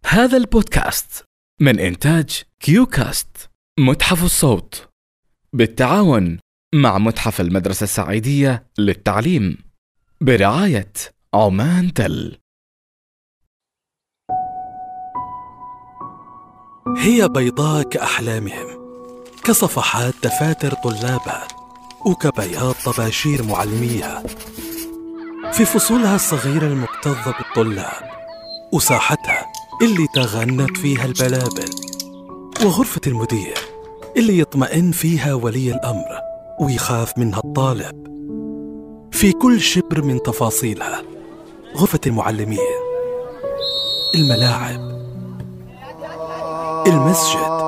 هذا البودكاست من إنتاج كيوكاست متحف الصوت بالتعاون مع متحف المدرسة السعيدية للتعليم برعاية عمان تل. هي بيضاء كأحلامهم، كصفحات دفاتر طلابها وكبياض طباشير معلميها، في فصولها الصغيرة المكتظة بالطلاب وساحتها اللي تغنت فيها البلابل، وغرفة المدير اللي يطمئن فيها ولي الأمر ويخاف منها الطالب. في كل شبر من تفاصيلها، غرفة المعلمين، الملاعب، المسجد،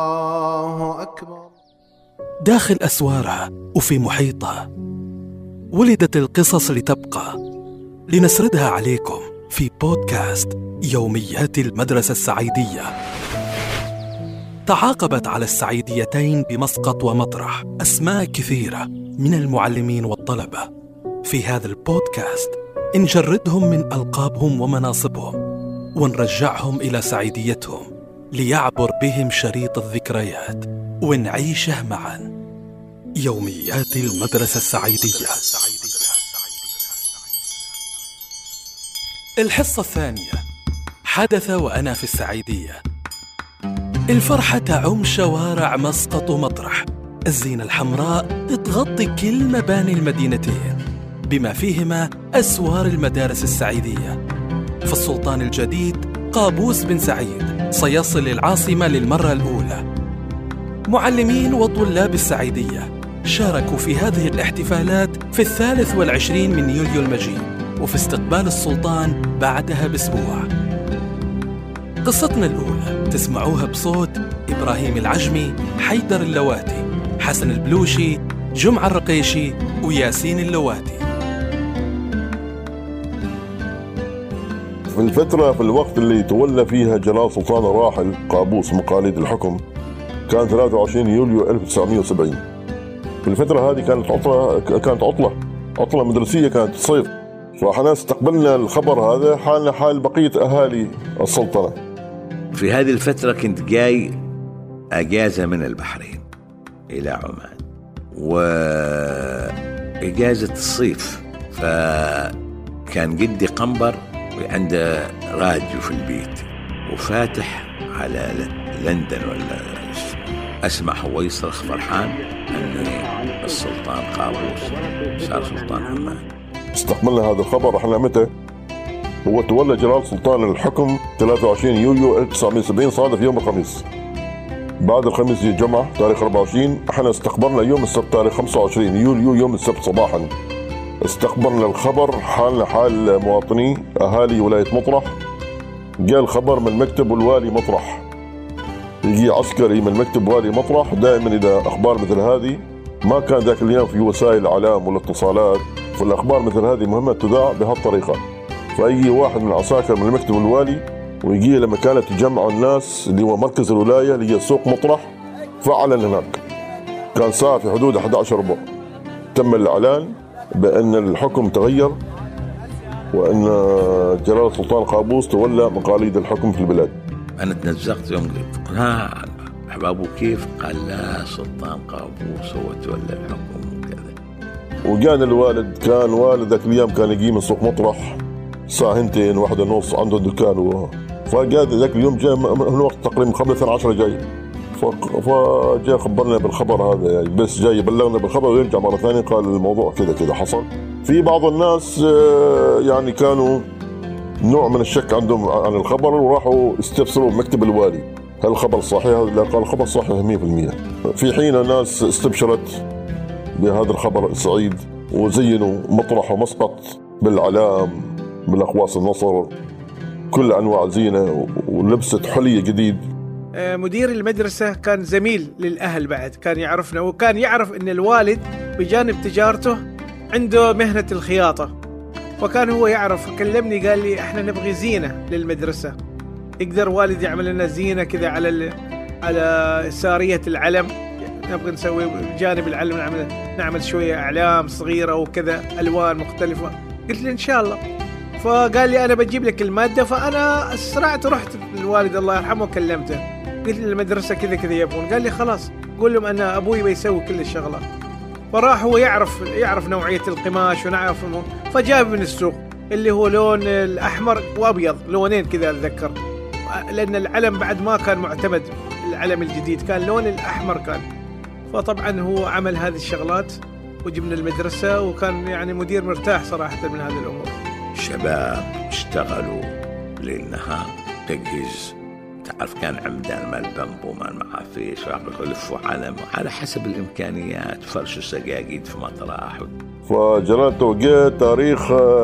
داخل أسوارها وفي محيطها، ولدت القصص لتبقى، لنسردها عليكم في بودكاست يوميات المدرسة السعيدية. تعاقبت على السعيديتين بمسقط ومطرح أسماء كثيرة من المعلمين والطلبة. في هذا البودكاست نجردهم من ألقابهم ومناصبهم ونرجعهم إلى سعيديتهم، ليعبر بهم شريط الذكريات ونعيشه معا. يوميات المدرسة السعيدية. الحصة الثانية. حدث وأنا في السعيدية. الفرحة تعم شوارع مسقط ومطرح، الزينة الحمراء تغطي كل مباني المدينتين بما فيهما أسوار المدارس السعيدية. فالسلطان الجديد قابوس بن سعيد سيصل العاصمة للمرة الأولى. معلمين وطلاب السعيدية شاركوا في هذه الاحتفالات في 23 من يوليو المجيد، وفي استقبال السلطان بعدها بأسبوع. قصتنا الأولى تسمعوها بصوت إبراهيم العجمي، حيدر اللواتي، حسن البلوشي، جمعة الرقيشي، وياسين اللواتي. في الوقت اللي تولى فيها جلال سلطان الراحل قابوس مقاليد الحكم كان 23 يوليو 1970. في الفترة هذه كانت عطلة مدرسية كانت تصير، فاحنا استقبلنا الخبر هذا حالنا حال بقية أهالي السلطنة. في هذه الفترة كنت جاي أجازة من البحرين إلى عمان، وإجازة الصيف، فكان جدي قنبر وعنده راديو في البيت وفاتح على لندن، ولا أسمع هو يصرخ فرحان أن السلطان قابوس صار سلطان عمان. استقبلنا هذا الخبر احنا متى؟ هو تولى جلال سلطان الحكم 23 يوليو 1970، صادف يوم الخميس. بعد الخميس يجي الجمعة تاريخ 24. احنا استقبلنا يوم السبت تاريخ 25 يوليو يوم السبت صباحا. استقبلنا الخبر حالنا حال مواطني أهالي ولاية مطرح. جاء الخبر من مكتب الوالي مطرح، يجي عسكري من مكتب والي مطرح. دائما إذا أخبار مثل هذه ما كان ذاك اليوم في وسائل إعلام ولا اتصالات، فالأخبار مثل هذه مهمة تذاع بهالطريقة. فأي واحد من العساكر من المكتب الوالي ويجي لما كانت تجمع الناس اللي هو مركز الولاية اللي هي سوق مطرح، فعلا هناك كان ساعة في حدود 11 ربع تم الإعلان بأن الحكم تغير، وأن جلال سلطان قابوس تولى مقاليد الحكم في البلاد. أنا تنزقت يوم قلت ها أحبابه كيف؟ قال لا، سلطان قابوس هو تولى الحكم وكذا. وجانا الوالد، كان والد ذاك اليوم كان يجي من سوق مطرح الساعة 2 1:30 عنده دكان، فجاء ذاك اليوم جاء من وقت تقريبا قبل 12 جاي، فجاء خبرنا بالخبر هذا، يعني بس جاي يبلغنا بالخبر ويرجع مرة ثانية قال الموضوع كذا حصل. في بعض الناس يعني كانوا نوع من الشك عندهم عن الخبر وراحوا استفسروا مكتب الوالي هل الخبر صحيح؟ لا، قال الخبر صحيح 100%. في حين الناس استبشرت بهذا الخبر السعيد وزينوا مطرح ومسقط بالعلام بالأقواس النصر، كل أنواع زينة ولبست حلية جديد. مدير المدرسة كان زميل للأهل بعد، كان يعرفنا وكان يعرف أن الوالد بجانب تجارته عنده مهنة الخياطة، وكان هو يعرف. كلمني قال لي احنا نبغي زينة للمدرسة، يقدر والد يعمل لنا زينة كذا على سارية العلم، نبغى نسوي بجانب العلم نعمل شوية أعلام صغيرة وكذا ألوان مختلفة. قلت له إن شاء الله. فقال لي أنا بجيب لك المادة. فأنا أسرعت رحت للوالد الله يرحمه وكلمته، قلت له المدرسة كذا كذا يبون. قال لي خلاص قول لهم أن أبوي بيسوي كل الشغلات. فراح هو يعرف نوعية القماش ونعرف فجاب من السوق اللي هو لون الأحمر وأبيض، لونين كذا أتذكر، لأن العلم بعد ما كان معتمد، العلم الجديد كان لون الأحمر كان. فطبعا هو عمل هذه الشغلات وجبنا المدرسة، وكان يعني مدير مرتاح صراحة من هذه الأمور. شباب اشتغلوا ليل نهار تجهيز، تعرف كان عمدان مال بامبو مال معافيش ويلفوا علم على حسب الإمكانيات، فرشوا سجاجيد في مطرح. فجلالته جاء تاريخ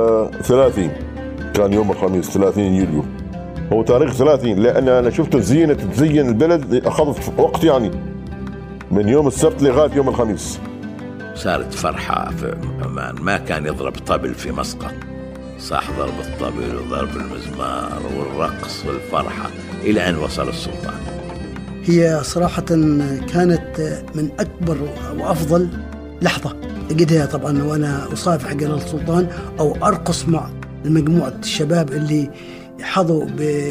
30 كان يوم الخميس 30 يوليو، هو تاريخ 30 لأن أنا شفت تزين البلد أخذت وقت يعني من يوم السبت لغاية يوم الخميس. صارت فرحة في عمان، ما كان يضرب طبل في مسقط، صح ضرب الطبل وضرب المزمار والرقص والفرحة إلى أن وصل السلطان. هي صراحة كانت من أكبر وأفضل لحظة لقيتها طبعا وأنا أصافح جلالة السلطان أو أرقص مع المجموعة الشباب اللي حظوا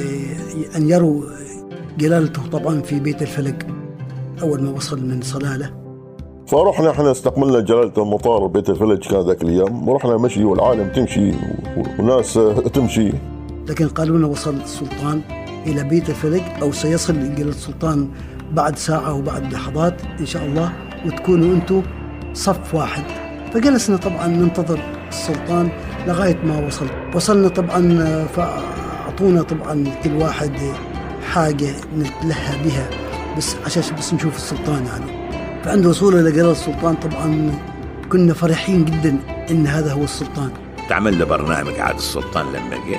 بأن يروا جلالته طبعا في بيت الفلك أول ما وصل من صلالة. فرحنا احنا استقبلنا جلالته المطار بيت الفلك كان ذاك الأيام، ورحنا مشي والعالم تمشي وناس تمشي. لكن قالوا لنا وصل السلطان إلى بيت الفلك أو سيصل جلالة السلطان بعد ساعة وبعد لحظات إن شاء الله، وتكونوا أنتم صف واحد. فجلسنا طبعا ننتظر السلطان لغاية ما وصلنا طبعا، فأعطونا طبعا كل واحد حاجة نتلهى بها بس عشان بس نشوف السلطان يعني. فعند وصوله لجلالة السلطان طبعا كنا فرحين جدا إن هذا هو السلطان. تعمل له برنامج عاد السلطان لما جاء.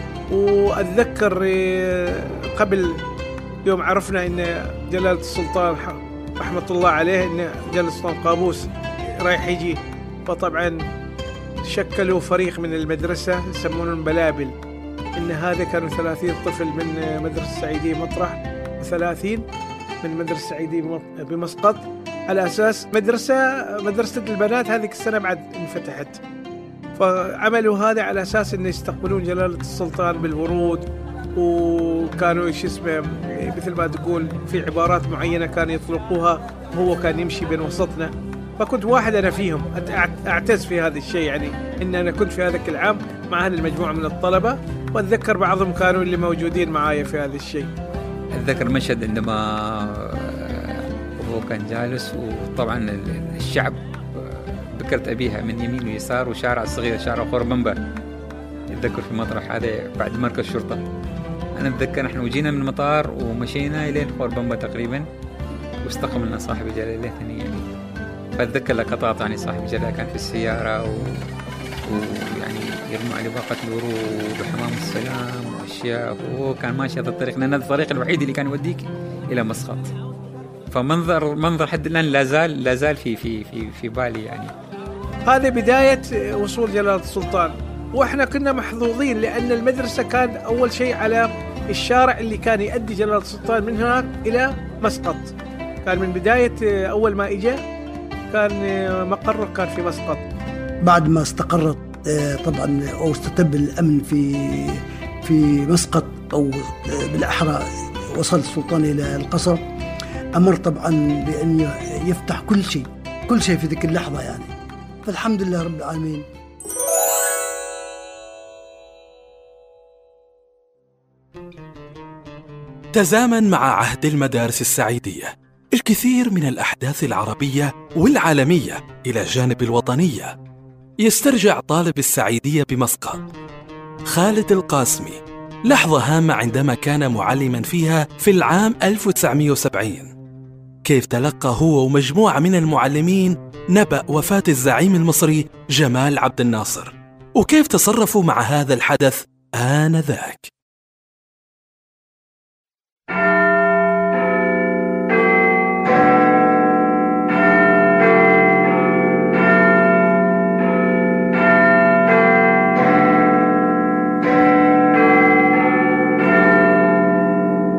وأتذكر قبل يوم عرفنا إن جلالة السلطان رحمة الله عليه إن جلالة السلطان قابوس رايح يجي، فطبعا شكلوا فريق من المدرسة يسمونهم بلابل، إن هذا كانوا 30 طفل من مدرسة السعيدية مطرح و30 من مدرسة السعيدية بمسقط، على أساس مدرسة البنات هذه السنة بعد انفتحت. فعملوا هذا على أساس إن يستقبلون جلالة السلطان بالورود، وكانوا مثل ما تقول في عبارات معينة كانوا يطلقوها، وهو كان يمشي بين وسطنا. فكنت واحد أنا فيهم، أعتز في هذا الشيء يعني، إن أنا كنت في هذاك العام مع هذه المجموعة من الطلبة، وأتذكر بعضهم كانوا اللي موجودين معايا في هذا الشيء. أتذكر مشهد عندما هو كان جالس، وطبعا الشعب ذكرت أبيها من يمين ويسار، وشارع صغير شارع خوربمبا يتذكر في مطرح هذا بعد مركز شرطة. أنا أتذكر نحن وجينا من المطار ومشينا إلى خوربمبا تقريبا، واستقبلنا صاحب الجلالة ثانية يعني. فأتذكر لقطات يعني صاحب الجلالة كان في السيارة ويعني يرموا عليه باقة الورود وحمام السلام وأشياء، وهو كان ماشي هذا الطريق لأن هذا الطريق الوحيد اللي كان يوديك إلى مسقط. فمنظر حد الآن لا زال في بالي يعني. هذه بداية وصول جلالة السلطان، وإحنا كنا محظوظين لأن المدرسة كان أول شيء على الشارع اللي كان يؤدي جلالة السلطان من هناك إلى مسقط. كان من بداية أول ما إجا كان مقره كان في مسقط. بعد ما استقرت طبعا أو استتب الأمن في مسقط، أو بالأحرى وصل السلطان إلى القصر، أمر طبعا بأن يفتح كل شيء في ذيك اللحظة يعني. فالحمد لله رب العالمين. تزامن مع عهد المدارس السعيدية الكثير من الأحداث العربية والعالمية إلى جانب الوطنية. يسترجع طالب السعيدية بمسقط خالد القاسمي لحظة هامة عندما كان معلماً فيها في العام 1970، كيف تلقى هو ومجموعة من المعلمين نبأ وفاة الزعيم المصري جمال عبد الناصر، وكيف تصرفوا مع هذا الحدث آنذاك.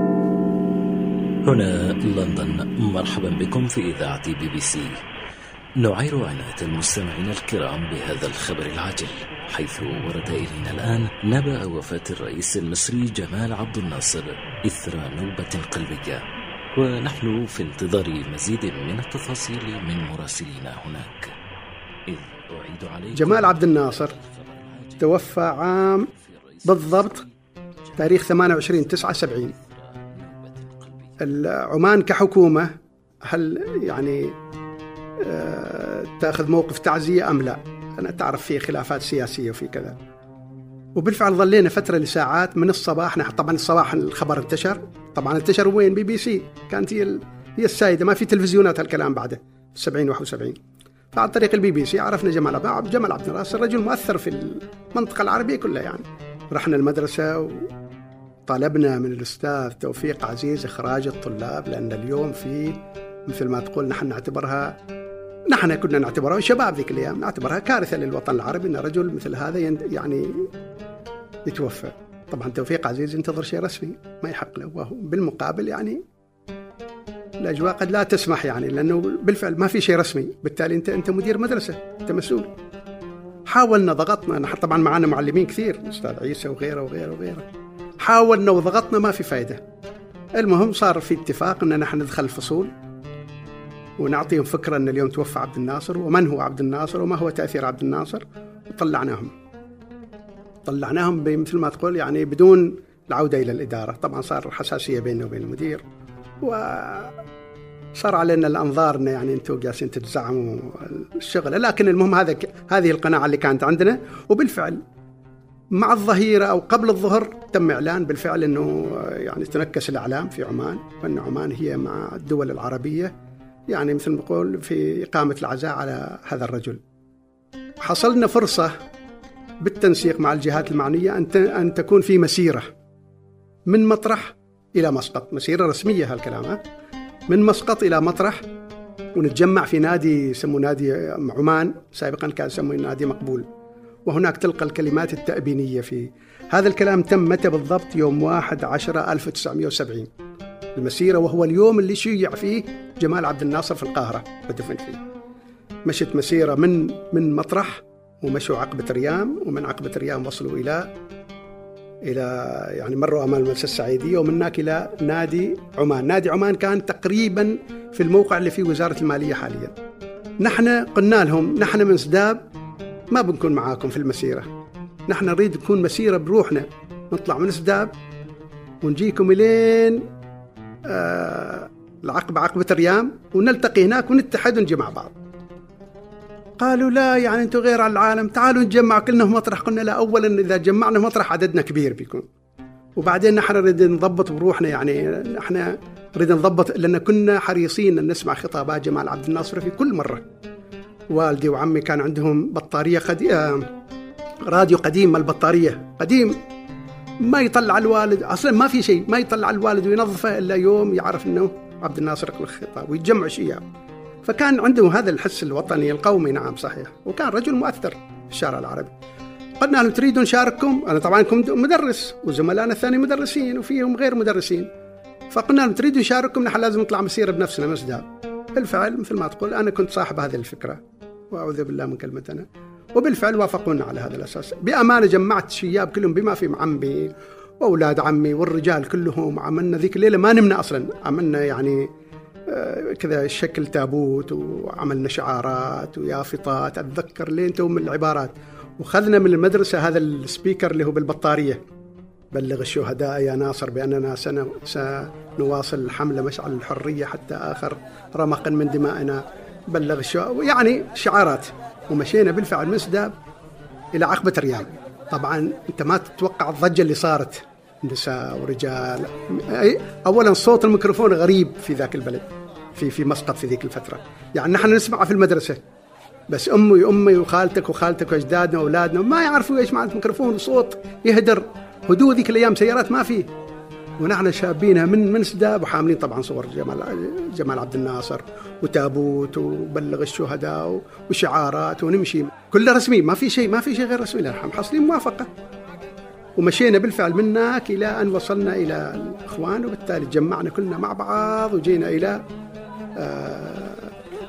هنا لندن، مرحبا بكم في إذاعة BBC. نعير عناية المستمعين الكرام بهذا الخبر العاجل، حيث ورد إلينا الآن نبأ وفاة الرئيس المصري جمال عبد الناصر إثر نوبة قلبية، ونحن في انتظار مزيد من التفاصيل من مراسلينا هناك. إذ أعيد عليكم جمال عبد الناصر توفى عام بالضبط تاريخ 28/9/70. عمان كحكومة هل يعني تأخذ موقف تعزية أم لا؟ أنا تعرف فيه خلافات سياسية وفي كذا. وبالفعل ظلينا فترة لساعات من الصباح. نحن طبعا الصباح الخبر انتشر، طبعا انتشر وين؟ BBC كانت هي السائدة، ما في تلفزيونات هالكلام بعده في 70 71. فعن طريق BBC عرفنا جمال عبد الناصر رجل مؤثر في المنطقة العربية كلها يعني. رحنا المدرسة وطالبنا من الأستاذ توفيق عزيز إخراج الطلاب، لأن اليوم في مثل ما تقول نحن كنا نعتبرها شباب ذيك الأيام نعتبرها كارثة للوطن العربي أن رجل مثل هذا يعني يتوفى. طبعا توفيق عزيز ينتظر شيء رسمي ما يحق له، وهو بالمقابل يعني الأجواء قد لا تسمح يعني، لأنه بالفعل ما في شيء رسمي، بالتالي أنت مدير مدرسة، أنت مسؤول. حاولنا ضغطنا، نحن طبعا معنا معلمين كثير، أستاذ عيسى وغيره، حاولنا وضغطنا ما في فايدة. المهم صار في اتفاق أن نحن ندخل الفصول ونعطيهم فكرة أن اليوم توفى عبد الناصر ومن هو عبد الناصر وما هو تأثير عبد الناصر، وطلعناهم بمثل ما تقول يعني بدون العودة إلى الإدارة. طبعا صار حساسية بيننا وبين المدير، وصار علينا الأنظار أن يعني أنتوا جالسين تتزعموا الشغل. لكن المهم هذه القناعة اللي كانت عندنا. وبالفعل مع الظهيرة أو قبل الظهر تم إعلان بالفعل أنه يعني تنكس الإعلام في عمان، وأن عمان هي مع الدول العربية يعني مثل ما نقول في إقامة العزاء على هذا الرجل. حصلنا فرصة بالتنسيق مع الجهات المعنية أن تكون في مسيرة من مطرح إلى مسقط، مسيرة رسمية هالكلام، من مسقط إلى مطرح، ونتجمع في نادي يسموه نادي عمان، سابقا كان يسموه نادي مقبول، وهناك تلقى الكلمات التأبينية في هذا الكلام. تم متى بالضبط؟ يوم 1/10/1970 المسيرة، وهو اليوم اللي شيع فيه جمال عبد الناصر في القاهرة ودفن فيه. مشت مسيرة من مطرح، ومشوا عقبة ريام، ومن عقبة ريام وصلوا إلى يعني مروا أمام المدرسة السعيدية، ومنك إلى نادي عمان. نادي عمان كان تقريبا في الموقع اللي فيه وزارة المالية حاليا. نحن قلنا لهم نحن من سداب ما بنكون معاكم في المسيرة، نحن نريد نكون مسيرة بروحنا، نطلع من سداب ونجيكم إلين عقبة ريام ونلتقي هناك ونتحد ونجي مع بعض. قالوا لا يعني أنتم غير على العالم، تعالوا نجمع كلنا في مطرح. قلنا لا، أولا إذا جمعنا في مطرح عددنا كبير بيكون، وبعدين نحن نريد نضبط بروحنا، يعني نحن نريد نضبط، لأن كنا حريصين أن نسمع خطابات جمال عبد الناصر في كل مرة. والدي وعمي كان عندهم بطارية راديو قديم، البطارية قديم ما يطلع الوالد أصلا، ما في شيء ما يطلع الوالد وينظفه إلا يوم يعرف أنه عبد الناصر يقول الخطاب ويتجمع شيء. فكان عنده هذا الحس الوطني القومي. نعم صحيح، وكان رجل مؤثر في الشارع العربي. قلنا لهم تريدوا نشارككم؟ أنا طبعا كنت مدرس وزملائنا الثاني مدرسين وفيهم غير مدرسين، فقلنا لهم تريدوا نشارككم؟ نحن لازم نطلع مسيرة بنفسنا مسداب. بالفعل مثل ما تقول أنا كنت صاحب هذه الفكرة، وأعوذ بالله من كلمة أنا. وبالفعل وافقونا على هذا الأساس. بأمانة جمعت الشياب كلهم بما في عمي وأولاد عمي والرجال كلهم. عملنا ذيك الليلة ما نمنا أصلا، عملنا يعني كذا شكل تابوت، وعملنا شعارات ويافطات أتذكر لين توم العبارات. وخذنا من المدرسة هذا السبيكر اللي هو بالبطارية، بلغ الشهداء يا ناصر بأننا سنواصل الحملة مشعل الحرية حتى آخر رمق من دمائنا، بلغ يعني شعارات. ومشينا بالفعل من سداب إلى عقبة ريام. طبعا أنت ما تتوقع الضجة اللي صارت، نساء ورجال. أولا صوت الميكروفون غريب في ذاك البلد، في مسقط في ذيك الفترة، يعني نحن نسمعه في المدرسة بس أمي وخالتك وأجدادنا وأولادنا ما يعرفوا إيش معنى الميكروفون، وصوت يهدر. هدوء ذيك الأيام سيارات ما فيه، ونحن شابينها من سداب، وحاملين طبعا صور جمال عبد الناصر وتابوت وبلغ الشهداء وشعارات، ونمشي كله رسمي، ما في شيء غير رسمي، نحن حاصلين موافقة. ومشينا بالفعل منك إلى أن وصلنا إلى الإخوان، وبالتالي جمعنا كلنا مع بعض وجينا إلى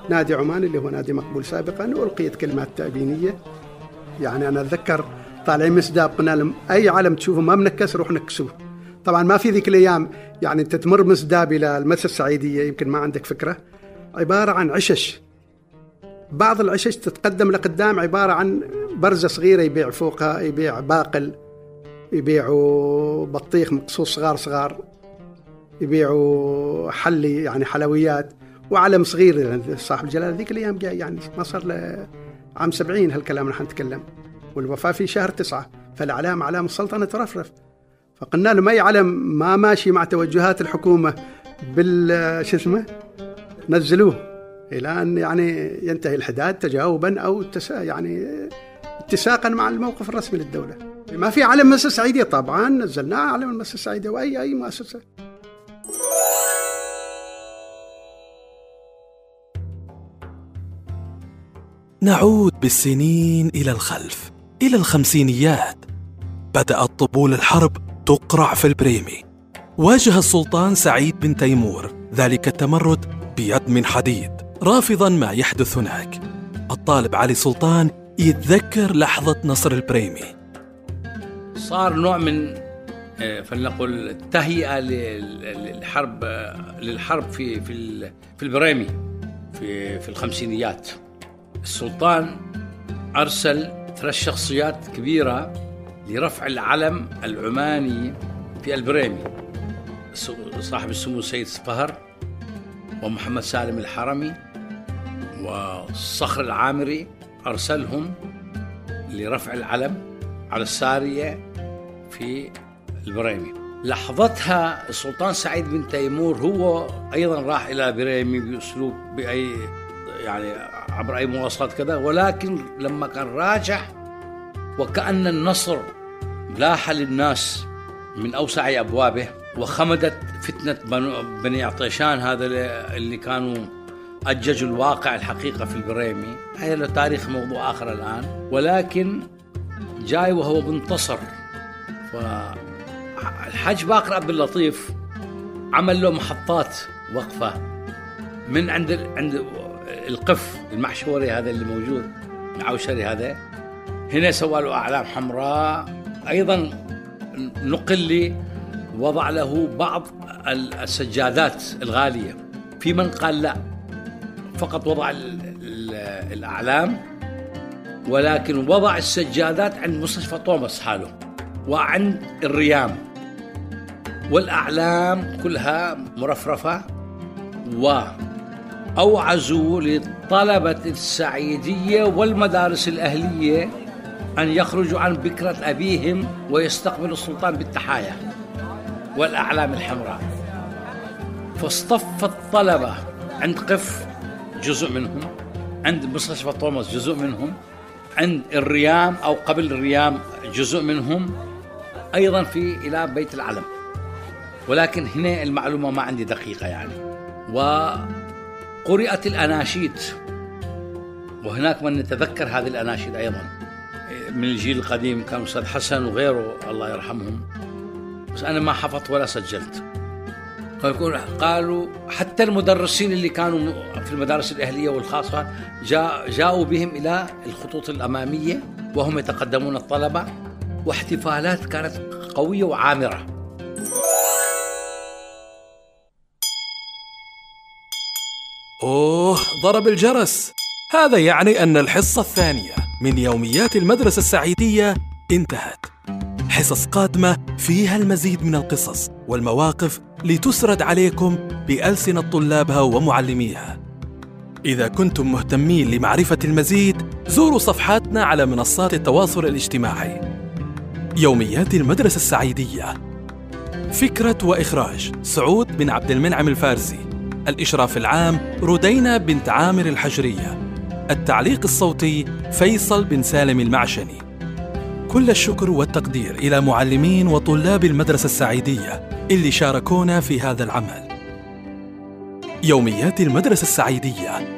نادي عمان اللي هو نادي مقبول سابقا، وألقيت كلمات تأبينية. يعني أنا أتذكر طالعين مسداب قلنا لهم أي علم تشوفوا ما منكس روح نكسوه. طبعا ما في ذيك الأيام يعني أنت تمر مسداب إلى المدرسة السعيدية يمكن ما عندك فكرة، عبارة عن عشش، بعض العشش تتقدم لقدام عبارة عن برزة صغيرة يبيع فوقها، يبيع باقل، يبيعوا بطيخ مقصوص صغار صغار، يبيعوا حلي يعني حلويات، وعلم صغير صاحب الجلالة. ذيك الأيام يعني ما صار له عام 70 هالكلام نحن نتكلم، والوفاة في شهر 9، فالأعلام أعلام السلطنة ترفرف. فقلنا له أي علم ما ماشي مع توجهات الحكومة شو اسمه نزلوه، إلى أن يعني ينتهي الحداد تجاوبا أو يعني اتساقا مع الموقف الرسمي للدولة. ما في علم مؤسسة سعيدية طبعا نزلناه علم المؤسسة السعيدية وأي مؤسسة. نعود بالسنين إلى الخلف إلى الخمسينيات. بدأت طبول الحرب تقرع في البريمي. واجه السلطان سعيد بن تيمور ذلك التمرد بيد من حديد رافضا ما يحدث هناك. الطالب علي سلطان يتذكر لحظة نصر البريمي. صار نوع من فلنقل التهيئة للحرب في البريمي في الخمسينيات. السلطان أرسل 3 شخصيات كبيرة لرفع العلم العماني في البريمي، صاحب السمو السيد سفهر ومحمد سالم الحرمي والصخر العامري، أرسلهم لرفع العلم على السارية في البريمي. لحظتها السلطان سعيد بن تيمور هو أيضا راح إلى البريمي بأسلوب يعني عبر أي مواصلات كذا، ولكن لما كان راجع وكأن النصر لاح للناس من أوسع أبوابه، وخمدت فتنة بني عطيشان هذا اللي كانوا أججوا الواقع الحقيقة في البريمي. هذا له تاريخ موضوع آخر الآن، ولكن جاي وهو منتصر. فالحاج باقر عبد اللطيف عمل له محطات وقفة من عند القف المحشوري هذا اللي موجود العوشري هذا، هنا سوى له أعلام حمراء. أيضا نقل لي وضع له بعض السجادات الغالية. في من قال لا، فقط وضع الأعلام، ولكن وضع السجادات عند مستشفى توماس حاله وعند الريام، والأعلام كلها مرفرفة. وأوعزوا للطلبة السعيدية والمدارس الأهلية أن يخرجوا عن بكرة أبيهم ويستقبلوا السلطان بالتحايا والأعلام الحمراء. فاصطف الطلبة عند قف جزء منهم، عند مستشفى توماس جزء منهم، عند الريام أو قبل الريام جزء منهم، أيضا إلى بيت العلم. ولكن هنا المعلومة ما عندي دقيقة يعني. وقرئت الأناشيد، وهناك من نتذكر هذه الأناشيد أيضا من الجيل القديم، كان أستاذ حسن وغيره الله يرحمهم، بس أنا ما حفظت ولا سجلت. قالوا حتى المدرسين اللي كانوا في المدارس الأهلية والخاصة جاءوا بهم إلى الخطوط الأمامية وهم يتقدمون الطلبة، واحتفالات كانت قوية وعامرة. ضرب الجرس. هذا يعني أن الحصة الثانية من يوميات المدرسة السعيدية انتهت. حصص قادمة فيها المزيد من القصص والمواقف لتسرد عليكم بألسنة طلابها ومعلميها. إذا كنتم مهتمين لمعرفة المزيد زوروا صفحاتنا على منصات التواصل الاجتماعي. يوميات المدرسة السعيدية، فكرة وإخراج سعود بن عبد المنعم الفارسي، الإشراف العام ردينا بنت عامر الحجرية، التعليق الصوتي فيصل بن سالم المعشني. كل الشكر والتقدير إلى معلمين وطلاب المدرسة السعيدية اللي شاركونا في هذا العمل. يوميات المدرسة السعيدية